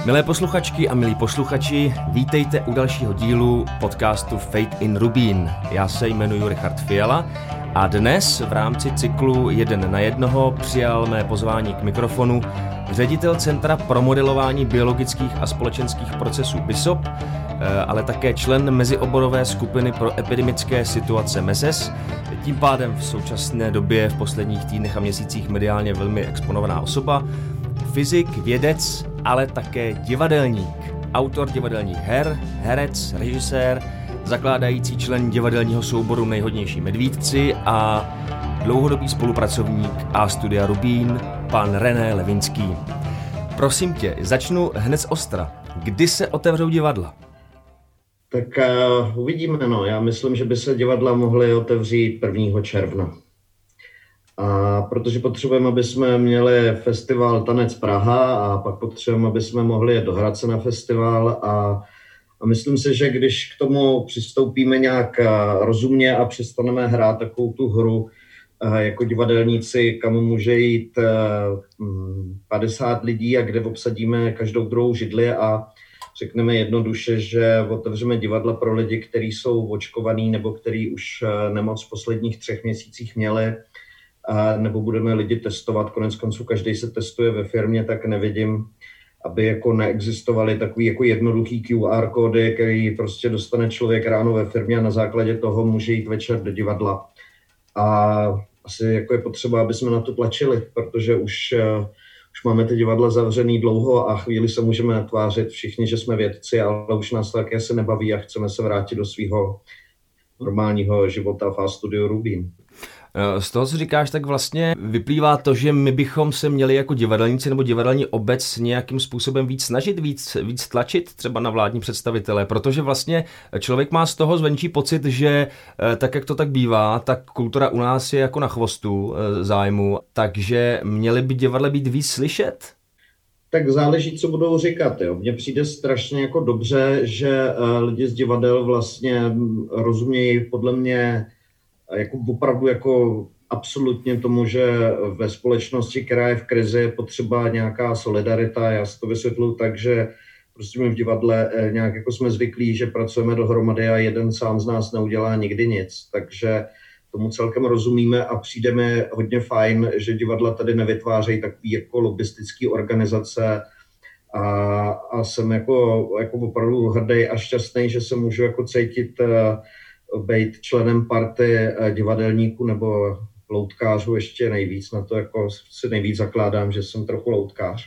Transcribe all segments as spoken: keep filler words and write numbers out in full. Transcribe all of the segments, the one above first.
Milé posluchačky a milí posluchači, vítejte u dalšího dílu podcastu Fate in Rubín. Já se jmenuji Richard Fiala a dnes v rámci cyklu Jeden na jednoho přijal mé pozvání k mikrofonu ředitel Centra pro modelování biologických a společenských procesů B I S O P, ale také člen mezioborové skupiny pro epidemické situace M E S E S, tím pádem v současné době v posledních týdnech a měsících mediálně velmi exponovaná osoba, fyzik, vědec, ale také divadelník, autor divadelních her, herec, režisér, zakládající člen divadelního souboru Nejhodnější medvídci a dlouhodobý spolupracovník A Studia Rubín, pan René Levinský. Prosím tě, začnu hned z ostra. Kdy se otevřou divadla? Tak uh, uvidíme, no. Já myslím, že by se divadla mohly otevřít prvního června. A protože potřebujeme, aby jsme měli festival Tanec Praha a pak potřebujeme, aby jsme mohli jet do Hradce na festival a, a myslím si, že když k tomu přistoupíme nějak rozumně a přestaneme hrát takovou tu hru jako divadelníci, kam může jít padesát lidí a kde obsadíme každou druhou židli a řekneme jednoduše, že otevřeme divadla pro lidi, kteří jsou očkovaní nebo kteří už nemoc v posledních třech měsících měli, a nebo budeme lidi testovat, konec konců každý se testuje ve firmě, tak nevidím, aby jako neexistovaly takový jako jednoduchý Q R kódy, který prostě dostane člověk ráno ve firmě a na základě toho může jít večer do divadla. A asi jako je potřeba, aby jsme na to tlačili, protože už, uh, už máme ty divadla zavřený dlouho a chvíli se můžeme tvářit všichni, že jsme vědci, ale už nás tak asi nebaví a chceme se vrátit do svého normálního života v A Studiu Rubín. Z toho, co říkáš, tak vlastně vyplývá to, že my bychom se měli jako divadelníci nebo divadelní obec nějakým způsobem víc snažit, víc, víc tlačit třeba na vládní představitele, protože vlastně člověk má z toho zvenčí pocit, že tak, jak to tak bývá, tak kultura u nás je jako na chvostu zájmu, takže měly by divadla být víc slyšet? Tak záleží, co budou říkat. Jo. Mně přijde strašně jako dobře, že lidi z divadel vlastně rozumějí podle mě jako opravdu jako absolutně tomu, že ve společnosti, která je v krizi, je potřeba nějaká solidarita. Já si to vysvětluji tak, že prostě my v divadle nějak jako jsme zvyklí, že pracujeme dohromady a jeden sám z nás neudělá nikdy nic. Takže tomu celkem rozumíme a přijde mi hodně fajn, že divadla tady nevytvářejí takový jako lobistický organizace a, a jsem jako, jako opravdu hrdý a šťastný, že se můžu jako cítit být členem party divadelníků nebo loutkářů ještě nejvíc. Na to jako si nejvíc zakládám, že jsem trochu loutkář.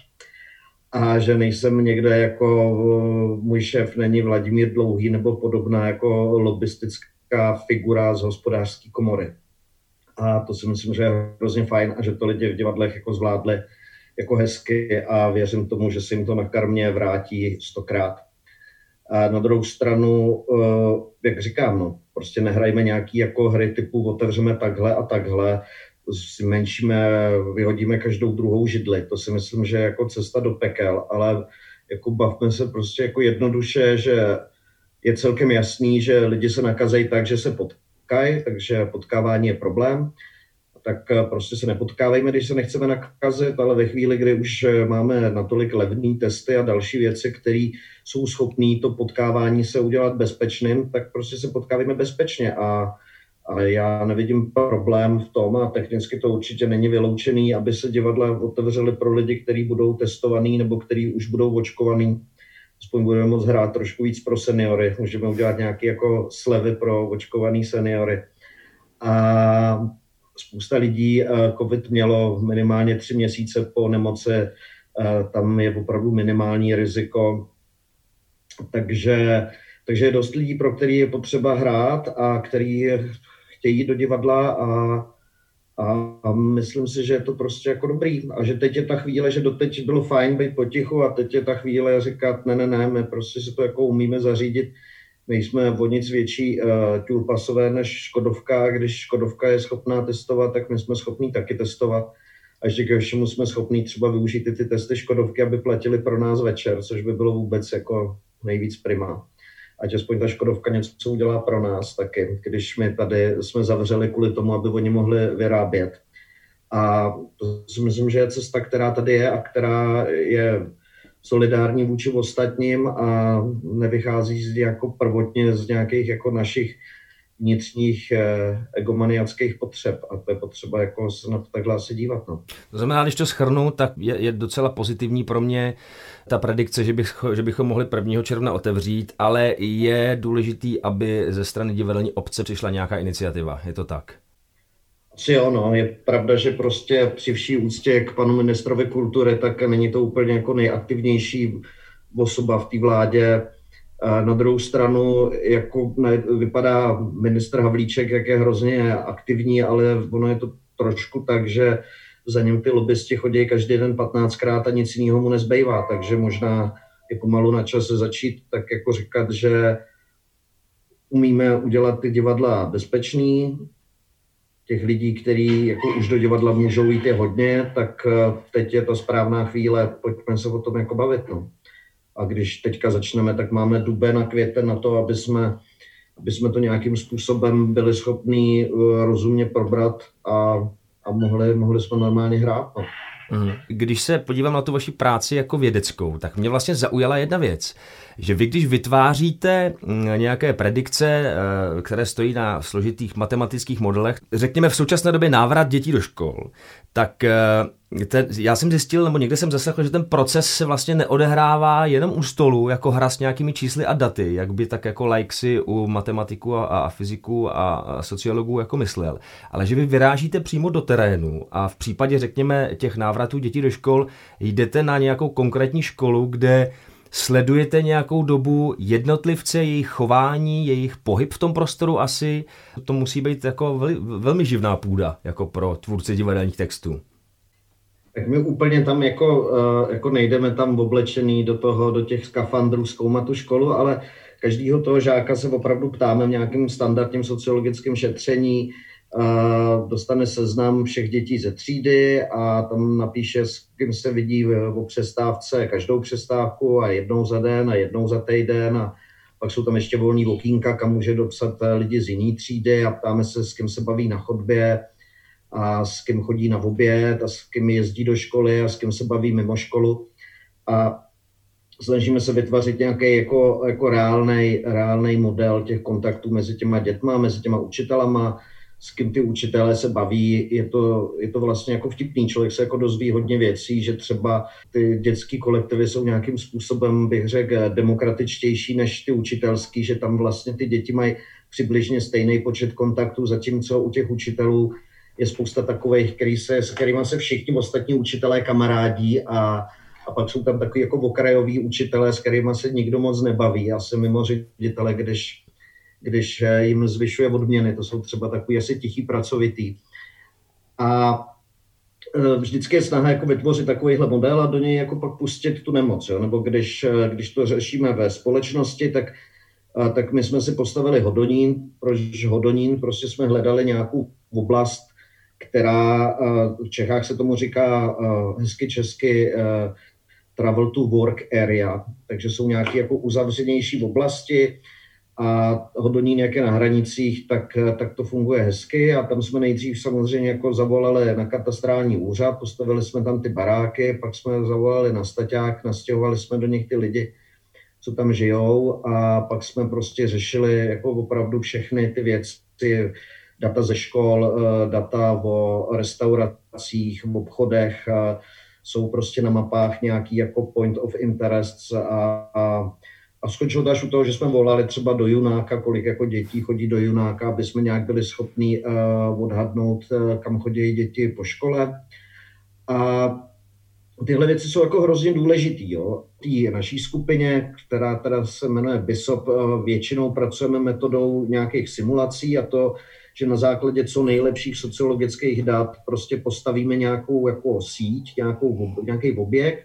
A že nejsem někde jako můj šéf není Vladimír Dlouhý nebo podobná jako lobistická figura z hospodářské komory. A to si myslím, že je hrozně fajn a že to lidi v divadlech jako zvládli jako hezky a věřím tomu, že se jim to na karmě vrátí stokrát. A na druhou stranu, jak říkám, no, prostě nehrajme nějaký jako hry typu otevřeme takhle a takhle, zmenšíme, vyhodíme každou druhou židli. To si myslím, že je jako cesta do pekel, ale jako bavme se prostě jako jednoduše, že je celkem jasný, že lidi se nakazejí tak, že se potkají, takže potkávání je problém. Tak prostě se nepotkávejme, když se nechceme nakazit, ale ve chvíli, kdy už máme natolik levné testy a další věci, které jsou schopné to potkávání se udělat bezpečným, tak prostě se potkávejme bezpečně a, a já nevidím problém v tom a technicky to určitě není vyloučený, aby se divadla otevřely pro lidi, kteří budou testovaný nebo kteří už budou očkovaný. Aspoň budeme moct hrát trošku víc pro seniory, můžeme udělat nějaké jako slevy pro očkovaný seniory. A spousta lidí covid mělo minimálně tři měsíce po nemoci, tam je opravdu minimální riziko, takže, takže je dost lidí, pro který je potřeba hrát a který chtějí jít do divadla a, a, a myslím si, že je to prostě jako dobrý a že teď je ta chvíle, že doteď bylo fajn být potichu a teď je ta chvíle říkat ne, ne, ne, my prostě si to jako umíme zařídit. My jsme o nic větší uh, tulpasové než Škodovka. Když Škodovka je schopná testovat, tak my jsme schopní taky testovat. A ještě ke všemu jsme schopní třeba využít i ty testy Škodovky, aby platili pro nás večer, což by bylo vůbec jako nejvíc prima. Ať aspoň ta Škodovka něco udělá pro nás taky, když my tady jsme zavřeli kvůli tomu, aby oni mohli vyrábět. A to si myslím, že je cesta, která tady je a která je solidární vůči ostatním a nevychází z jako prvotně z nějakých jako našich vnitřních eh, egomaniackých potřeb a to je potřeba jako se na to takhle asi dívat. No. To znamená, když to shrnu, tak je, je docela pozitivní pro mě ta predikce, že, bych, že bychom mohli prvního června otevřít, ale je důležitý, aby ze strany divadelní obce přišla nějaká iniciativa. Je to tak? Asi jo, no. Je pravda, že prostě při vší úctě k panu ministrovi kultury, tak není to úplně jako nejaktivnější osoba v té vládě. Na druhou stranu, jako vypadá ministr Havlíček, jak je hrozně aktivní, ale ono je to trošku tak, že za ním ty lobbysti chodí každý den patnáctkrát a nic jiného mu nezbývá, takže možná je pomalu na čase začít tak jako říkat, že umíme udělat ty divadla bezpečný, těch lidí, kteří jako už do divadla můžou jít je hodně, tak teď je ta správná chvíle, pojďme se o tom jako bavit. No. A když teďka začneme, tak máme duben a květen na to, aby jsme, aby jsme to nějakým způsobem byli schopní rozumně probrat a, a mohli, mohli jsme normálně hrát. No. Když se podívám na tu vaši práci jako vědeckou, tak mě vlastně zaujala jedna věc, že vy, když vytváříte nějaké predikce, které stojí na složitých matematických modelech, řekněme v současné době návrat dětí do škol, tak ten, já jsem zjistil, nebo někde jsem zaslechl, že ten proces se vlastně neodehrává jenom u stolu, jako hra s nějakými čísly a daty, jak by tak jako laik si u matematiků a, a fyziků a, a sociologů jako myslel, ale že vy vyrážíte přímo do terénu a v případě, řekněme, těch návratů dětí do škol jdete na nějakou konkrétní školu, kde sledujete nějakou dobu jednotlivce, jejich chování, jejich pohyb v tom prostoru asi. To musí být jako veli, velmi živná půda jako pro tvůrce divadelních textů. Tak my úplně tam jako, jako nejdeme tam oblečený do toho, do těch skafandrů zkoumat tu školu, ale každýho toho žáka se opravdu ptáme v nějakém standardním sociologickém šetření, dostane seznam všech dětí ze třídy a tam napíše, s kým se vidí o přestávce každou přestávku a jednou za den a jednou za týden a pak jsou tam ještě volný okýnka, kam může dopsat lidi z jiné třídy a ptáme se, s kým se baví na chodbě a s kým chodí na oběd a s kým jezdí do školy a s kým se baví mimo školu a snažíme se vytvořit nějaký jako, jako reálnej, reálnej model těch kontaktů mezi těma dětma, mezi těma učitelama, s kým ty učitelé se baví, je to, je to vlastně jako vtipný, člověk se jako dozví hodně věcí, že třeba ty dětský kolektivy jsou nějakým způsobem, bych řekl, demokratičtější než ty učitelský, že tam vlastně ty děti mají přibližně stejný počet kontaktů, zatímco u těch učitelů je spousta takových, který se, s kterými se všichni ostatní učitelé kamarádí a, a pak jsou tam takový jako okrajoví učitelé, s kterými se nikdo moc nebaví a se mimo ředitele, když když jim zvyšuje odměny, to jsou třeba takový asi tichý pracovitý. A vždycky je snaha jako vytvořit takovýhle model a do něj jako pak pustit tu nemoc. Jo? Nebo když, když to řešíme ve společnosti, tak, tak my jsme si postavili Hodonín. Proč Hodonín? Prostě jsme hledali nějakou oblast, která v Čechách se tomu říká hezky česky travel to work area. Takže jsou nějaké jako uzavřenější oblasti, a Hodonín, jak je na hranicích, tak, tak to funguje hezky a tam jsme nejdřív samozřejmě jako zavolali na katastrální úřad, postavili jsme tam ty baráky, pak jsme zavolali na staťák, nastěhovali jsme do nich ty lidi, co tam žijou a pak jsme prostě řešili jako opravdu všechny ty věci, data ze škol, data o restauracích, v obchodech, jsou prostě na mapách nějaký jako point of interest a, a A skončilo to až u toho, že jsme volali třeba do Junáka, kolik jako dětí chodí do Junáka, aby jsme nějak byli schopni uh, odhadnout, uh, kam chodí děti po škole. A tyhle věci jsou jako hrozně důležitý. Jo. V té naší skupině, která teda se jmenuje B I S O P, uh, většinou pracujeme metodou nějakých simulací a to, že na základě co nejlepších sociologických dat prostě postavíme nějakou jako síť, nějakou, nějaký objekt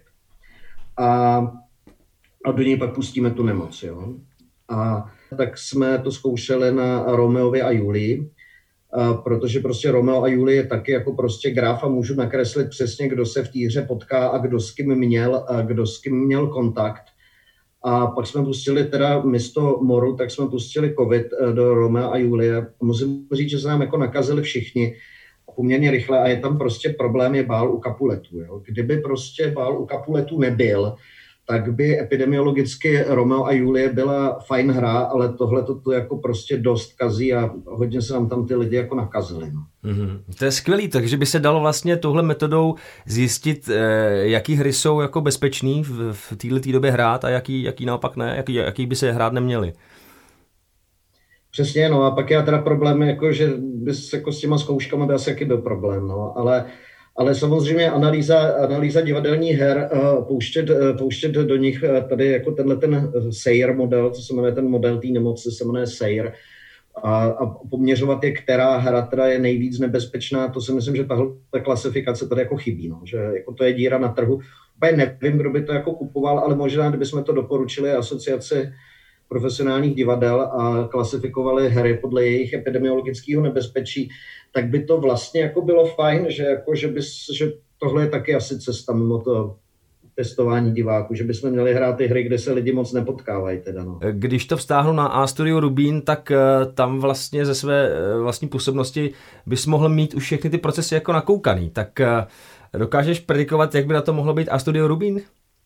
a a do něj pak pustíme tu nemoc. Jo? A tak jsme to zkoušeli na Romeovi a Julii, a protože prostě Romeo a Julie je taky jako prostě graf a můžu nakreslit přesně, kdo se v té hře potká a kdo s kým měl, a kdo s kým měl kontakt. A pak jsme pustili teda místo moru, tak jsme pustili covid do Romea a Julie. Musím říct, že se nám jako nakazili všichni poměrně rychle a je tam prostě problém, je bál u Capuletů. Jo? Kdyby prostě bál u Capuletů nebyl, tak by epidemiologicky Romeo a Julie byla fajn hra, ale tohle to tu jako prostě dost kazí a hodně se nám tam ty lidi jako nakazili. No. Mm-hmm. To je skvělý, takže by se dalo vlastně touhle metodou zjistit, jaký hry jsou jako bezpečný v, v této době hrát a jaký, jaký naopak ne, jaký, jaký by se hrát neměli. Přesně, no a pak já teda problém, jako, že bys jako s těma zkouškama by asi jaký byl problém, no, ale Ale samozřejmě analýza, analýza divadelních her, pouštět, pouštět do nich tady jako tenhle ten S E I R model, co se jmenuje ten model té nemoci, se jmenuje S E I R, a, a poměřovat je, která hra teda je nejvíc nebezpečná, to si myslím, že tahle klasifikace tady jako chybí, no, že jako to je díra na trhu. Úplně nevím, kdo by to jako kupoval, ale možná, kdybychom to doporučili asociaci profesionálních divadel a klasifikovali hry podle jejich epidemiologického nebezpečí, tak by to vlastně jako bylo fajn, že, jako, že, bys, že tohle je taky asi cesta mimo to testování diváků, že bychom měli hrát ty hry, kde se lidi moc nepotkávají. Teda, no. Když to vztáhnu na A Studio Rubín, tak tam vlastně ze své vlastní působnosti bys mohl mít už všechny ty procesy jako nakoukaný. Tak dokážeš predikovat, jak by na to mohlo být A Studio Rubín?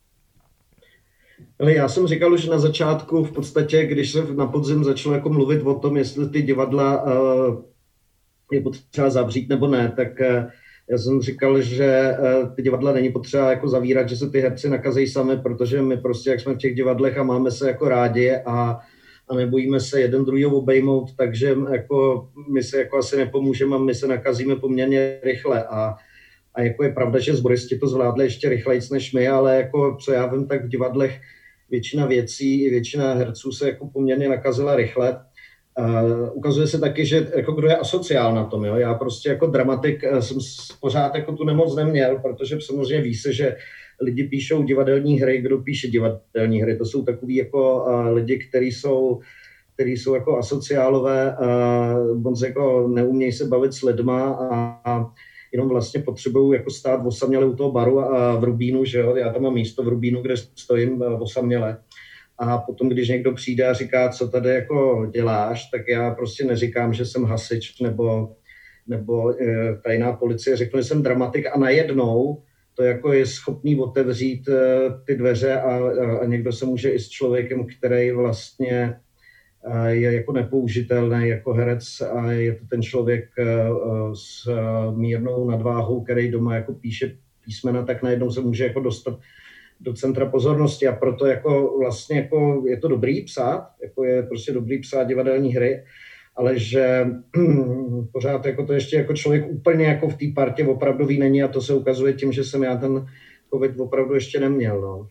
Ale já jsem říkal už na začátku, v podstatě, když se na podzim začalo jako mluvit o tom, jestli ty divadla uh, je potřeba zavřít nebo ne, tak uh, já jsem říkal, že uh, ty divadla není potřeba jako zavírat, že se ty herci nakazejí sami, protože my prostě, jak jsme v těch divadlech a máme se jako rádi a, a nebojíme se jeden druhýho obejmout, takže jako my se jako asi nepomůžeme a my se nakazíme poměrně rychle a A jako je pravda, že sboristi to zvládli ještě rychlejc než my, ale jako co já vím, tak v divadlech většina věcí, většina herců se jako poměrně nakazila rychle. Uh, ukazuje se taky, že jako kdo je asociál na tom. Jo? Já prostě jako dramatik jsem pořád jako tu nemoc neměl, protože samozřejmě ví se, že lidi píšou divadelní hry, kdo píše divadelní hry. To jsou takový jako uh, lidi, kteří jsou, který jsou jako asociálové, uh, moc jako neumějí se bavit s lidma a, a jenom vlastně potřebují jako stát osaměle u toho baru a v Rubínu, že jo, já tam mám místo v Rubínu, kde stojím osaměle. A potom, když někdo přijde a říká, co tady jako děláš, tak já prostě neříkám, že jsem hasič nebo, nebo e, tajná policie, řeknu, že jsem dramatik a najednou to jako je schopný otevřít e, ty dveře a, a, a někdo se může i s člověkem, který vlastně je jako nepoužitelný jako herec a je to ten člověk s mírnou nadváhou, který doma jako píše písmena, tak najednou se může jako dostat do centra pozornosti a proto jako vlastně jako je to dobrý psát, jako je prostě dobrý psát divadelní hry, ale že pořád jako to ještě jako člověk úplně jako v té partě opravdový není a to se ukazuje tím, že jsem já ten covid opravdu ještě neměl. No.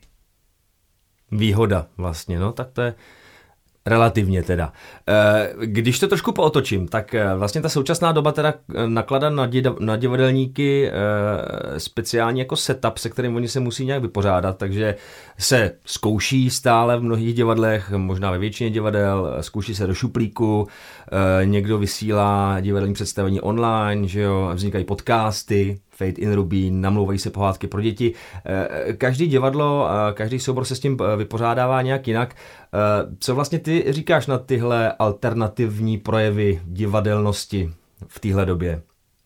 Výhoda vlastně, no tak to je relativně teda. Když to trošku pootočím, tak vlastně ta současná doba teda nakládá na divadelníky speciální jako setup, se kterým oni se musí nějak vypořádat, takže se zkouší stále v mnohých divadlech, možná ve většině divadel, zkouší se do šuplíku, někdo vysílá divadelní představení online, že jo, vznikají podcasty, Fate in Rubín, namlouvají se pohádky pro děti. Každý divadlo, každý soubor se s tím vypořádává nějak jinak. Co vlastně ty říkáš na tyhle alternativní projevy divadelnosti v téhle době?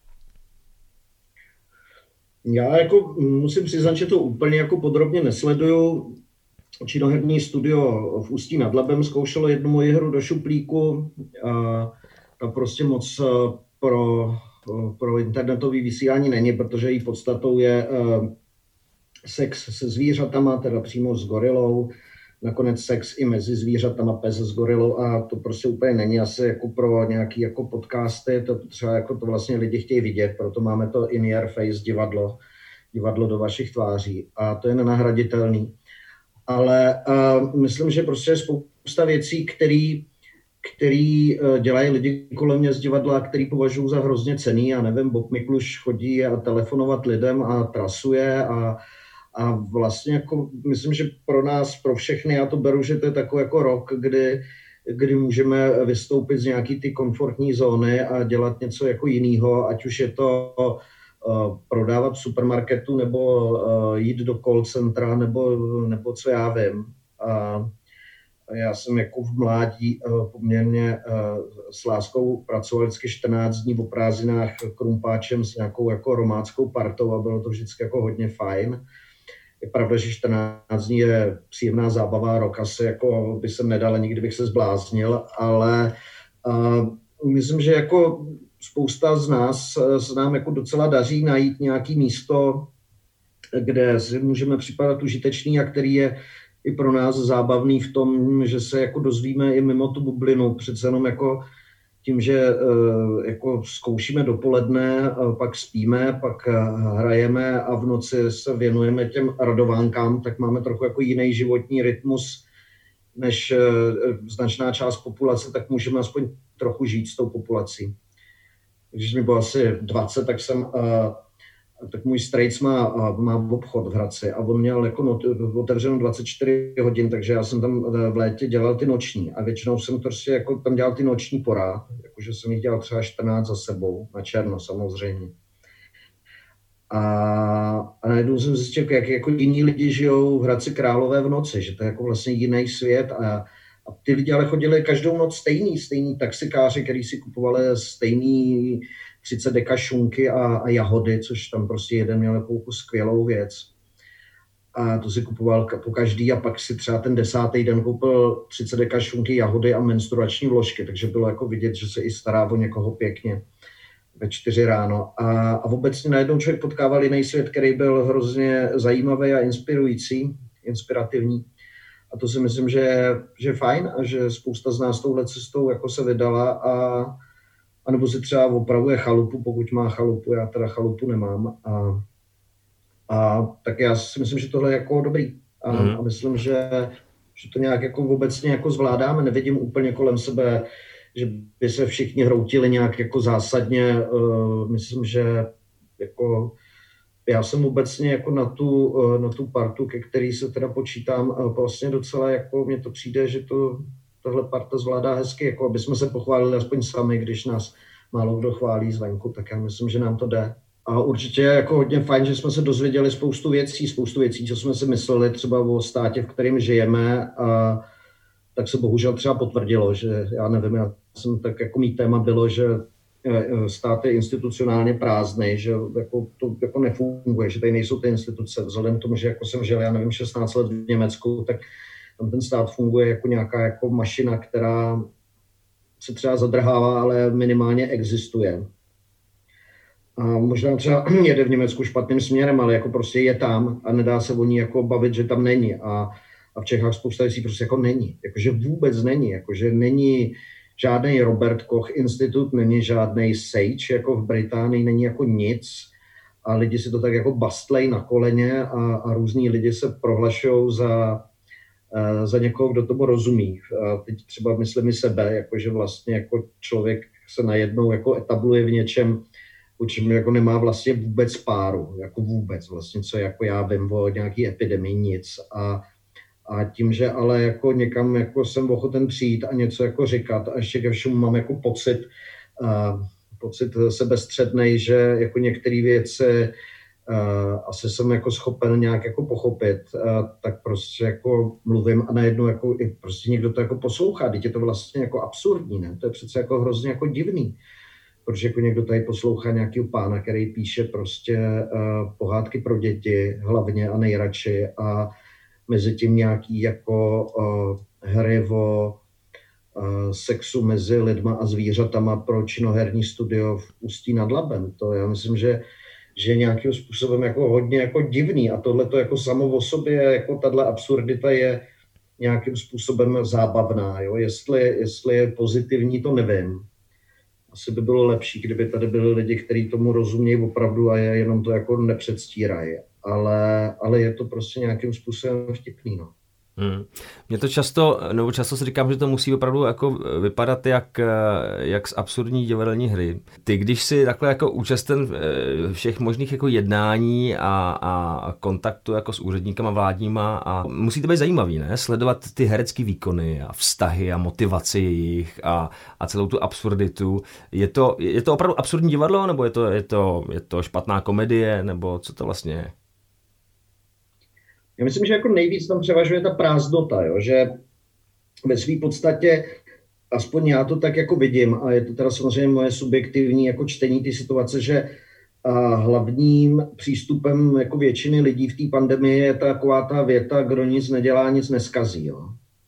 Já jako musím přiznat, že to úplně jako podrobně nesleduju. Činoherní studio v Ústí nad Labem zkoušelo jednu moji hru do šuplíku. Ta prostě moc pro pro internetové vysílání není, protože její podstatou je uh, sex se zvířatama, teda přímo s gorilou, nakonec sex i mezi zvířatama, pes s gorilou a to prostě úplně není asi jako pro nějaký jako podcasty, to třeba jako to vlastně lidi chtějí vidět, proto máme to in your face divadlo, divadlo do vašich tváří a to je nenahraditelný. Ale uh, myslím, že prostě je spousta věcí, které který dělají lidi kolem mě z divadla, který považuji za hrozně cenný. Já nevím, Bob Mikluš chodí a telefonovat lidem a trasuje a, a vlastně jako myslím, že pro nás, pro všechny, já to beru, že to je takový jako rok, kdy, kdy můžeme vystoupit z nějaký ty komfortní zóny a dělat něco jako jinýho, ať už je to uh, prodávat v supermarketu nebo uh, jít do call centra nebo, nebo co já vím. Uh, Já jsem jako v mládí uh, poměrně uh, s láskou pracoval vždycky čtrnáct dní po prázdninách krumpáčem s nějakou jako romáckou partou a bylo to vždycky jako hodně fajn. je pravda, že čtrnáct dní je příjemná zábava, rok asi jako by jsem nedal, nikdy bych se zbláznil, ale uh, myslím, že jako spousta z nás se nám jako docela daří najít nějaké místo, kde si můžeme připadat užitečný a který je i pro nás zábavný v tom, že se jako dozvíme i mimo tu bublinu. Přece jenom jako tím, že jako zkoušíme dopoledne, pak spíme, pak hrajeme a v noci se věnujeme těm radovánkám, tak máme trochu jako jiný životní rytmus než značná část populace, tak můžeme aspoň trochu žít s tou populací. Když mi bylo asi dvacet, tak jsem, tak můj strejc má, má obchod v Hradci a on měl jako not, otevřeno dvacet čtyři hodin, takže já jsem tam v létě dělal ty noční a většinou jsem prostě jako tam dělal ty noční porad, jakože jsem jich dělal třeba čtrnáct za sebou, na černo samozřejmě. A, a najednou jsem zjistil, jak jako jiní lidi žijou v Hradci Králové v noci, že to je jako vlastně jiný svět a A ty lidi ale chodili každou noc stejný, stejný taxikáři, který si kupovali stejný třicet deka šunky a, a jahody, což tam prostě jeden měl jako skvělou věc. A to si kupoval po každý a pak si třeba ten desátý den koupil třicet deka šunky, jahody a menstruační vložky, takže bylo jako vidět, že se i stará o někoho pěkně ve čtyři ráno. A, a obecně najednou člověk potkával jiný svět, který byl hrozně zajímavý a inspirující, inspirativní. A to si myslím, že, že je fajn a že spousta z nás touhle cestou jako se vydala a, a nebo si třeba opravuje chalupu, pokud má chalupu, já teda chalupu nemám. A, a tak já si myslím, že tohle je jako dobrý. A, mm. a myslím, že, že to nějak jako obecně jako zvládáme. Nevidím úplně kolem sebe, že by se všichni hroutili nějak jako zásadně. Uh, myslím, že jako já jsem obecně jako na tu, na tu partu, ke který se teda počítám, vlastně docela jako mně to přijde, že to tahle parta zvládá hezky, jako aby jsme se pochválili aspoň sami, když nás málo kdo chválí zvenku, tak já myslím, že nám to jde. A určitě je jako hodně fajn, že jsme se dozvěděli spoustu věcí, spoustu věcí, co jsme si mysleli třeba o státě, v kterém žijeme, a tak se bohužel třeba potvrdilo, že já nevím, já jsem tak jako mý téma bylo, že stát je institucionálně prázdný, že jako to jako nefunguje, že tady nejsou ty instituce. Vzhledem k tomu, že jako jsem žil, já nevím, šestnáct let v Německu, tak tam ten stát funguje jako nějaká jako mašina, která se třeba zadrhává, ale minimálně existuje. A možná třeba jede v Německu špatným směrem, ale jako prostě je tam a nedá se o ní jako bavit, že tam není. A, a v Čechách spousta věcí prostě jako není. Jakože vůbec není. Jakože není žádný Robert Koch institut, není žádný Sage, jako v Británii není jako nic a lidi si to tak jako bastlej na koleně a, a různí lidi se prohlašují za, za někoho, kdo tomu rozumí. A teď třeba myslím i sebe, jako že vlastně jako člověk se najednou jako etabluje v něčem, o čem jako nemá vlastně vůbec páru, jako vůbec vlastně, co jako já vím o nějaký epidemii, nic. A A tím, že ale jako někam jako jsem ochoten přijít a něco jako říkat a ještě ke všemu mám jako pocit, uh, pocit sebestřednej, že jako některé věci uh, asi jsem jako schopen nějak jako pochopit, uh, tak prostě jako mluvím a najednou jako i prostě někdo to jako poslouchá, teď je to vlastně jako absurdní, ne? To je přece jako hrozně jako divný, protože jako někdo tady poslouchá nějakýho pána, který píše prostě uh, pohádky pro děti hlavně a nejradši a mezi tím nějaký jako uh, hry o uh, sexu mezi lidma a zvířatama pro činoherní studio v Ústí nad Labem. To já myslím, že, že nějakým způsobem jako hodně jako divný a tohle to jako samo o sobě, jako tato absurdita je nějakým způsobem zábavná. Jo? Jestli, jestli je pozitivní, to nevím. Asi by bylo lepší, kdyby tady byli lidi, kteří tomu rozumějí opravdu a je, jenom to jako nepředstírají. Ale, ale je to prostě nějakým způsobem vtipný, no. Hmm. Mně to často, nebo často si říkám, že to musí opravdu jako vypadat jak, jak z absurdní divadelní hry. Ty, když si takhle jako účasten všech možných jako jednání a, a kontaktu jako s úředníkama vládníma a musí to být zajímavý, ne? Sledovat ty herecké výkony a vztahy a motivaci jejich a, a celou tu absurditu. Je to, je to opravdu absurdní divadlo, nebo je to, je to, je to špatná komedie, nebo co to vlastně je? Já myslím, že jako nejvíc tam převažuje ta prázdnota, jo? Že ve své podstatě, aspoň já to tak jako vidím, a je to teda samozřejmě moje subjektivní jako čtení ty situace, že A hlavním přístupem jako většiny lidí v té pandemii je taková ta věta, kdo nic nedělá, nic neskazí. Jo.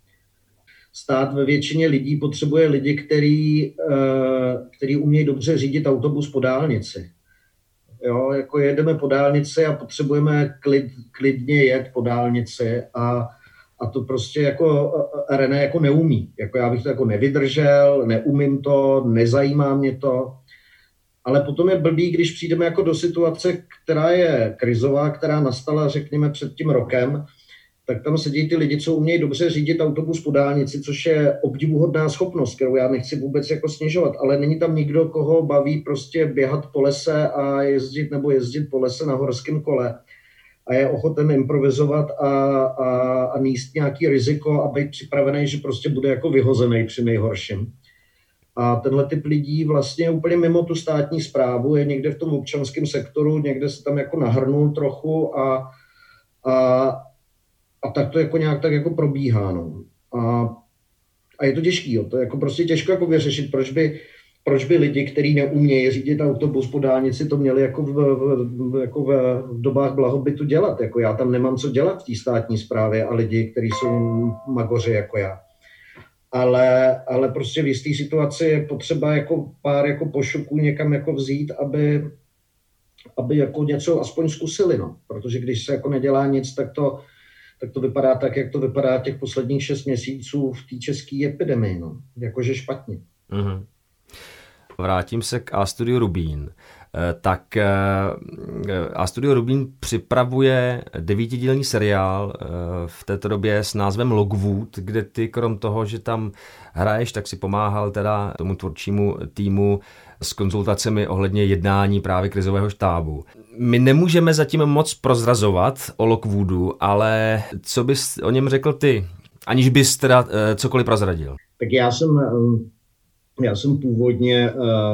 Stát ve většině lidí potřebuje lidi, který, který umějí dobře řídit autobus po dálnici. Jo, jako jedeme po dálnici a potřebujeme klid, klidně jet po dálnici a, a to prostě jako René jako neumí. Jako já bych to jako nevydržel, neumím to, nezajímá mě to. Ale potom je blbý, když přijdeme jako do situace, která je krizová, která nastala, řekněme, před tím rokem, tak tam sedí ty lidi, co umějí dobře řídit autobus po dálnici, což je obdivuhodná schopnost, kterou já nechci vůbec jako snižovat, ale není tam nikdo, koho baví prostě běhat po lese a jezdit nebo jezdit po lese na horském kole a je ochoten improvizovat a, a, a níst nějaký riziko a být připravený, že prostě bude jako vyhozený při nejhorším. A tenhle typ lidí vlastně je úplně mimo tu státní správu, je někde v tom občanském sektoru, někde se tam jako nahrnul trochu a, a, a tak to jako nějak tak jako probíhá. No. A, a je to těžký, jo. To je jako prostě těžko jako vyřešit, proč by, proč by lidi, kteří neumějí řídit autobus po dálnici, to měli jako v, v, jako v dobách blahobytu dělat. Jako já tam nemám co dělat v té státní správě a lidi, kteří jsou magoři jako já. Ale, ale prostě v jisté situaci je potřeba jako pár jako pošuků někam jako vzít, aby, aby jako něco aspoň zkusili, no. Protože když se jako nedělá nic, tak to, tak to vypadá tak, jak to vypadá těch posledních šest měsíců v té české epidemii, no. Jakože špatně. Mm-hmm. Vrátím se k A-Studio Rubín. Tak A-Studio Rubín připravuje devítidílný seriál v této době s názvem Lockwood, kde ty krom toho, že tam hraješ, tak si pomáhal teda tomu tvůrčímu týmu s konzultacemi ohledně jednání právě krizového štábu. My nemůžeme zatím moc prozrazovat o Lockwoodu, ale co bys o něm řekl ty, aniž bys teda cokoliv prozradil? Tak já jsem, já jsem původně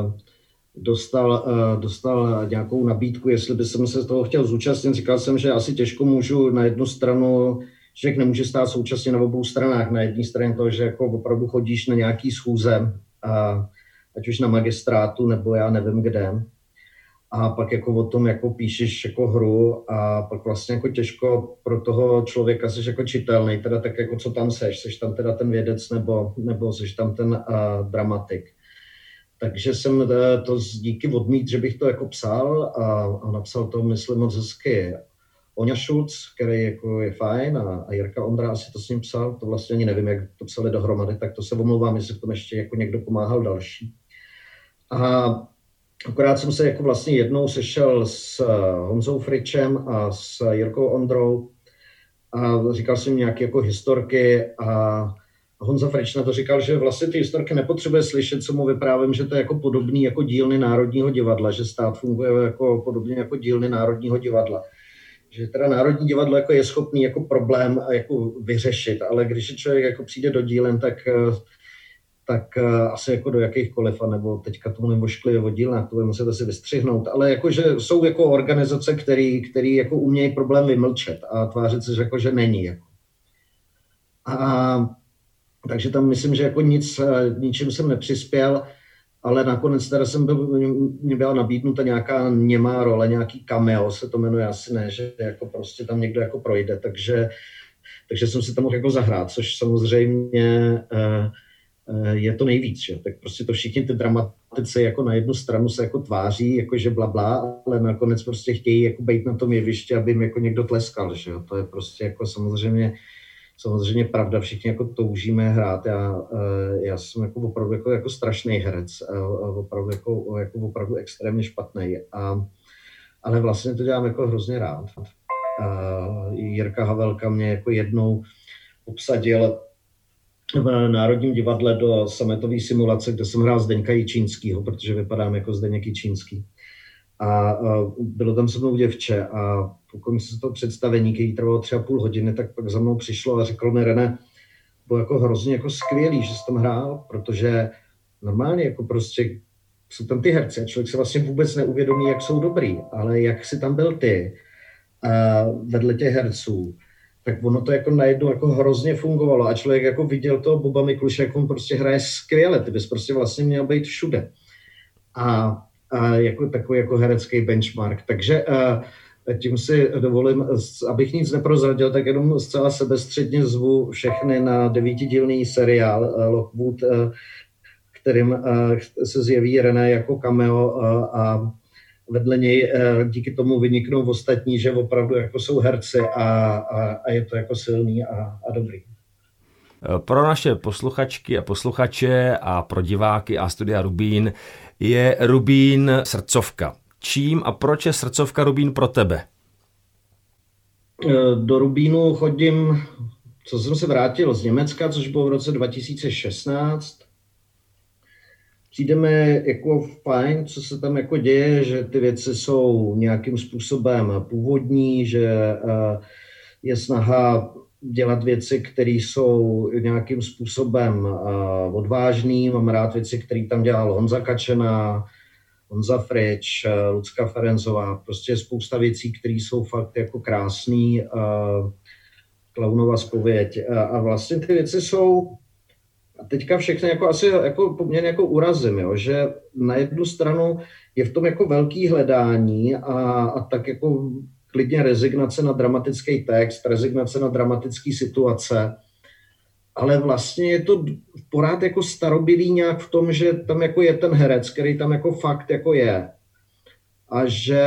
Dostal, dostal nějakou nabídku, jestli by jsem se z toho chtěl zúčastnit. Říkal jsem, že asi těžko můžu na jednu stranu, člověk nemůže stát současně na obou stranách. Na jedné straně to, že jako opravdu chodíš na nějaký schůze, a, ať už na magistrátu, nebo já nevím kde. A pak jako o tom jako píšeš jako hru a pak vlastně jako těžko pro toho člověka seš jako čitelný, teda tak jako co tam seš, seš tam teda ten vědec nebo, nebo seš tam ten uh, dramatik. Takže jsem to díky odmít, že bych to jako psal a, a napsal to, myslím, moc hezky Oňa Šulc, který jako je fajn a, a Jirka Ondra asi to s ním psal, to vlastně ani nevím, jak to psali dohromady, tak to se omlouvám, jestli v tom ještě jako někdo pomáhal další. A akorát jsem se jako vlastně jednou sešel s Honzou Fričem a s Jirkou Ondrou a říkal jsem nějaké jako historky a Honza Frič na to říkal, že vlastně ty historky nepotřebuje slyšet, co mu vyprávím, že to je jako podobný jako dílny Národního divadla, že stát funguje jako podobně jako dílny Národního divadla. Že teda Národní divadlo jako je schopný jako problém a jako vyřešit, ale když člověk jako přijde do dílen, tak, tak asi jako do jakýchkoliv, nebo teďka tomu nemožkli o dílnách, to by muset asi vystřihnout, ale jakože jsou jako organizace, který, který jako umějí problém vymlčet a tvářit se, že jako, že není. Jako. A takže tam myslím, že jako nic, ničím jsem nepřispěl, ale nakonec teda jsem byl, mě byla nabídnuta nějaká němá role, nějaký cameo se to jmenuje, asi ne, že jako prostě tam někdo jako projde, takže, takže jsem si tam mohl jako zahrát, což samozřejmě je to nejvíc, že? Tak prostě to všichni ty dramatici jako na jednu stranu se jako tváří, jakože blabla, ale nakonec prostě chtějí jako být na tom jevišti, aby jim jako někdo tleskal, že jo? To je prostě jako samozřejmě Samozřejmě pravda, všichni jako toužíme hrát. Já, já jsem jako opravdu jako, jako strašný herec, opravdu jako, jako opravdu extrémně špatný. A, ale vlastně to dělám jako hrozně rád. A Jirka Havelka mě jako jednou obsadil v Národním divadle do sametové simulace, kde jsem hrál Zdeňka Jičínskýho, protože vypadám jako Zdeněk Jičínský. A bylo tam se mnou děvče a pokud se to představení, který trvalo tři a půl hodiny, tak pak za mnou přišlo a řekl mi, René, bylo jako hrozně jako skvělý, že jsi tam hrál, protože normálně jako prostě jsou tam ty herci a člověk se vlastně vůbec neuvědomí, jak jsou dobrý, ale jak jsi tam byl ty a vedle těch herců, tak ono to jako najednou jako hrozně fungovalo a člověk jako viděl toho Boba Mikluše, jak on prostě hraje skvěle, ty bys prostě vlastně měl být všude. A a jako takový jako herecký benchmark. Takže a, tím si dovolím, abych nic neprozradil, tak jenom zcela sebestředně zvu všechny na devítidílný seriál Lockwood, kterým se zjeví René jako cameo a vedle něj díky tomu vyniknou ostatní, že opravdu jako jsou herci a, a, a je to jako silný a, a dobrý. Pro naše posluchačky a posluchače a pro diváky a studia Rubín je Rubín srdcovka. Čím a proč je srdcovka Rubín pro tebe? Do Rubínu chodím, co jsem se vrátil z Německa, což bylo v roce dva tisíce šestnáct. Přijde mi jako fajn, co se tam jako děje, že ty věci jsou nějakým způsobem původní, že je snaha dělat věci, které jsou nějakým způsobem odvážný. Mám rád věci, které tam dělal Honza Kačena, Honza Frič, Lucka Ferenzová. Prostě spousta věcí, které jsou fakt jako krásný. Klaunova zpověď. A vlastně ty věci jsou a teďka všechny jako asi jako poměrně jako urazím, jo, že na jednu stranu je v tom jako velký hledání a, a tak jako klidně rezignace na dramatický text, rezignace na dramatické situace, ale vlastně je to pořád jako starobylý nějak v tom, že tam jako je ten herec, který tam jako fakt jako je a že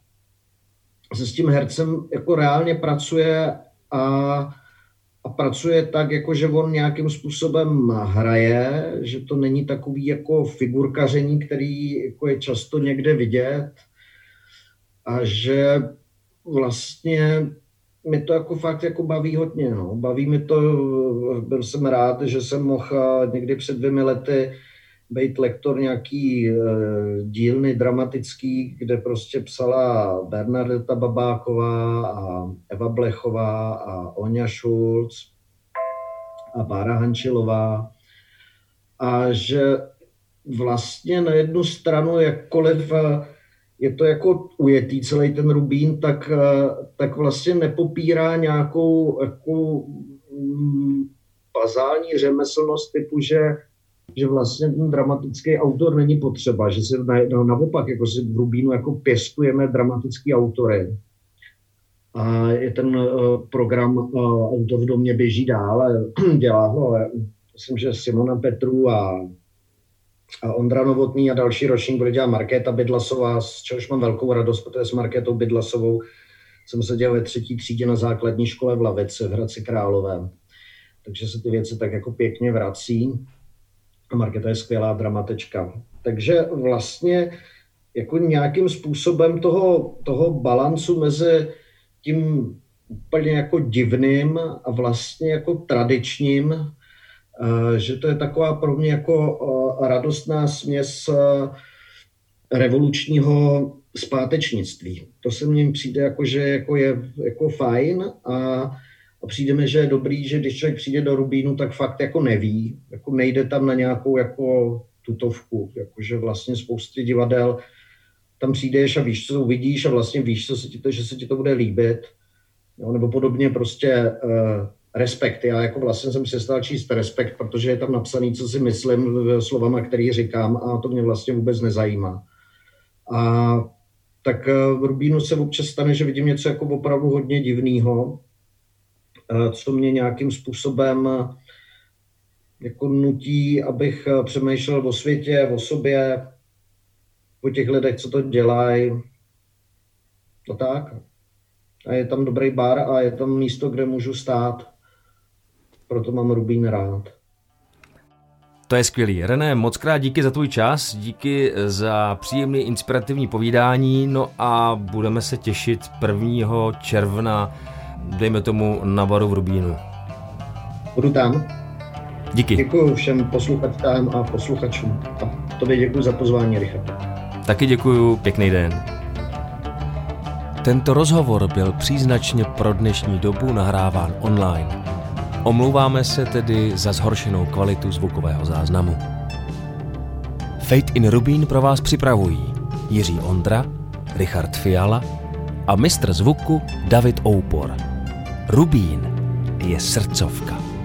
se s tím hercem jako reálně pracuje a A pracuje tak, jako že on nějakým způsobem hraje, že to není takový jako figurkaření, který jako je často někde vidět a že vlastně mi to jako fakt jako baví hodně. No. Baví mi to, byl jsem rád, že jsem mohl někdy před dvěmi lety být lektor nějaký e, dílny dramatický, kde prostě psala Bernadeta Babáková a Eva Blechová a Oňa Šulc a Bára Hančilová. A že vlastně na jednu stranu, jakkoliv je to jako ujetý celý ten Rubín, tak, tak vlastně nepopírá nějakou jako bazální řemeslnost typu, že že vlastně ten dramatický autor není potřeba, že se no, naopak jako si v Rubínu jako pěstujeme dramatický autory. A je ten uh, program uh, Autor v domě běží dál a dělá ho, ale myslím, že Simona Petru a, a Ondra Novotný a další ročník bude dělat Markéta Bydlasová, z čehož mám velkou radost, protože s Markétou Bydlasovou jsem seděl ve třetí třídě na základní škole v Lavici v Hradci Králové. Takže se ty věci tak jako pěkně vrací. A Markéta je skvělá dramatečka. Takže vlastně jako nějakým způsobem toho, toho balancu mezi tím úplně jako divným a vlastně jako tradičním, že to je taková pro mě jako radostná směs revolučního zpátečnictví. To se mně přijde jako, že jako je jako fajn a A přijde mi, že je dobrý, že když člověk přijde do Rubínu, tak fakt jako neví, jako nejde tam na nějakou jako tutovku, jakože vlastně spoustě divadel tam přijdeš a víš, co uvidíš a vlastně víš, co se ti to, že se ti to bude líbit, jo, nebo podobně prostě uh, Respekt. Já jako vlastně jsem přestal číst Respekt, protože je tam napsaný, co si myslím slovama, který říkám a to mě vlastně vůbec nezajímá. A tak v Rubínu se občas stane, že vidím něco jako opravdu hodně divného, co mě nějakým způsobem jako nutí, abych přemýšlel o světě, o sobě, o těch lidech, co to dělají. To tak. A je tam dobrý bar a je tam místo, kde můžu stát. Proto mám Rubín rád. To je skvělý. René, moc krát díky za tvůj čas, díky za příjemný inspirativní povídání, no a budeme se těšit prvního června, dejme tomu, na baru v Rubínu. Budu tam. Díky. Děkuji všem posluchačkám a posluchačům. A tobě děkuji za pozvání, Richard. Taky děkuji, pěkný den. Tento rozhovor byl příznačně pro dnešní dobu nahráván online. Omlouváme se tedy za zhoršenou kvalitu zvukového záznamu. Fate in Rubín pro vás připravují Jiří Ondra, Richard Fiala a mistr zvuku David Oupor. Rubín je srdcovka.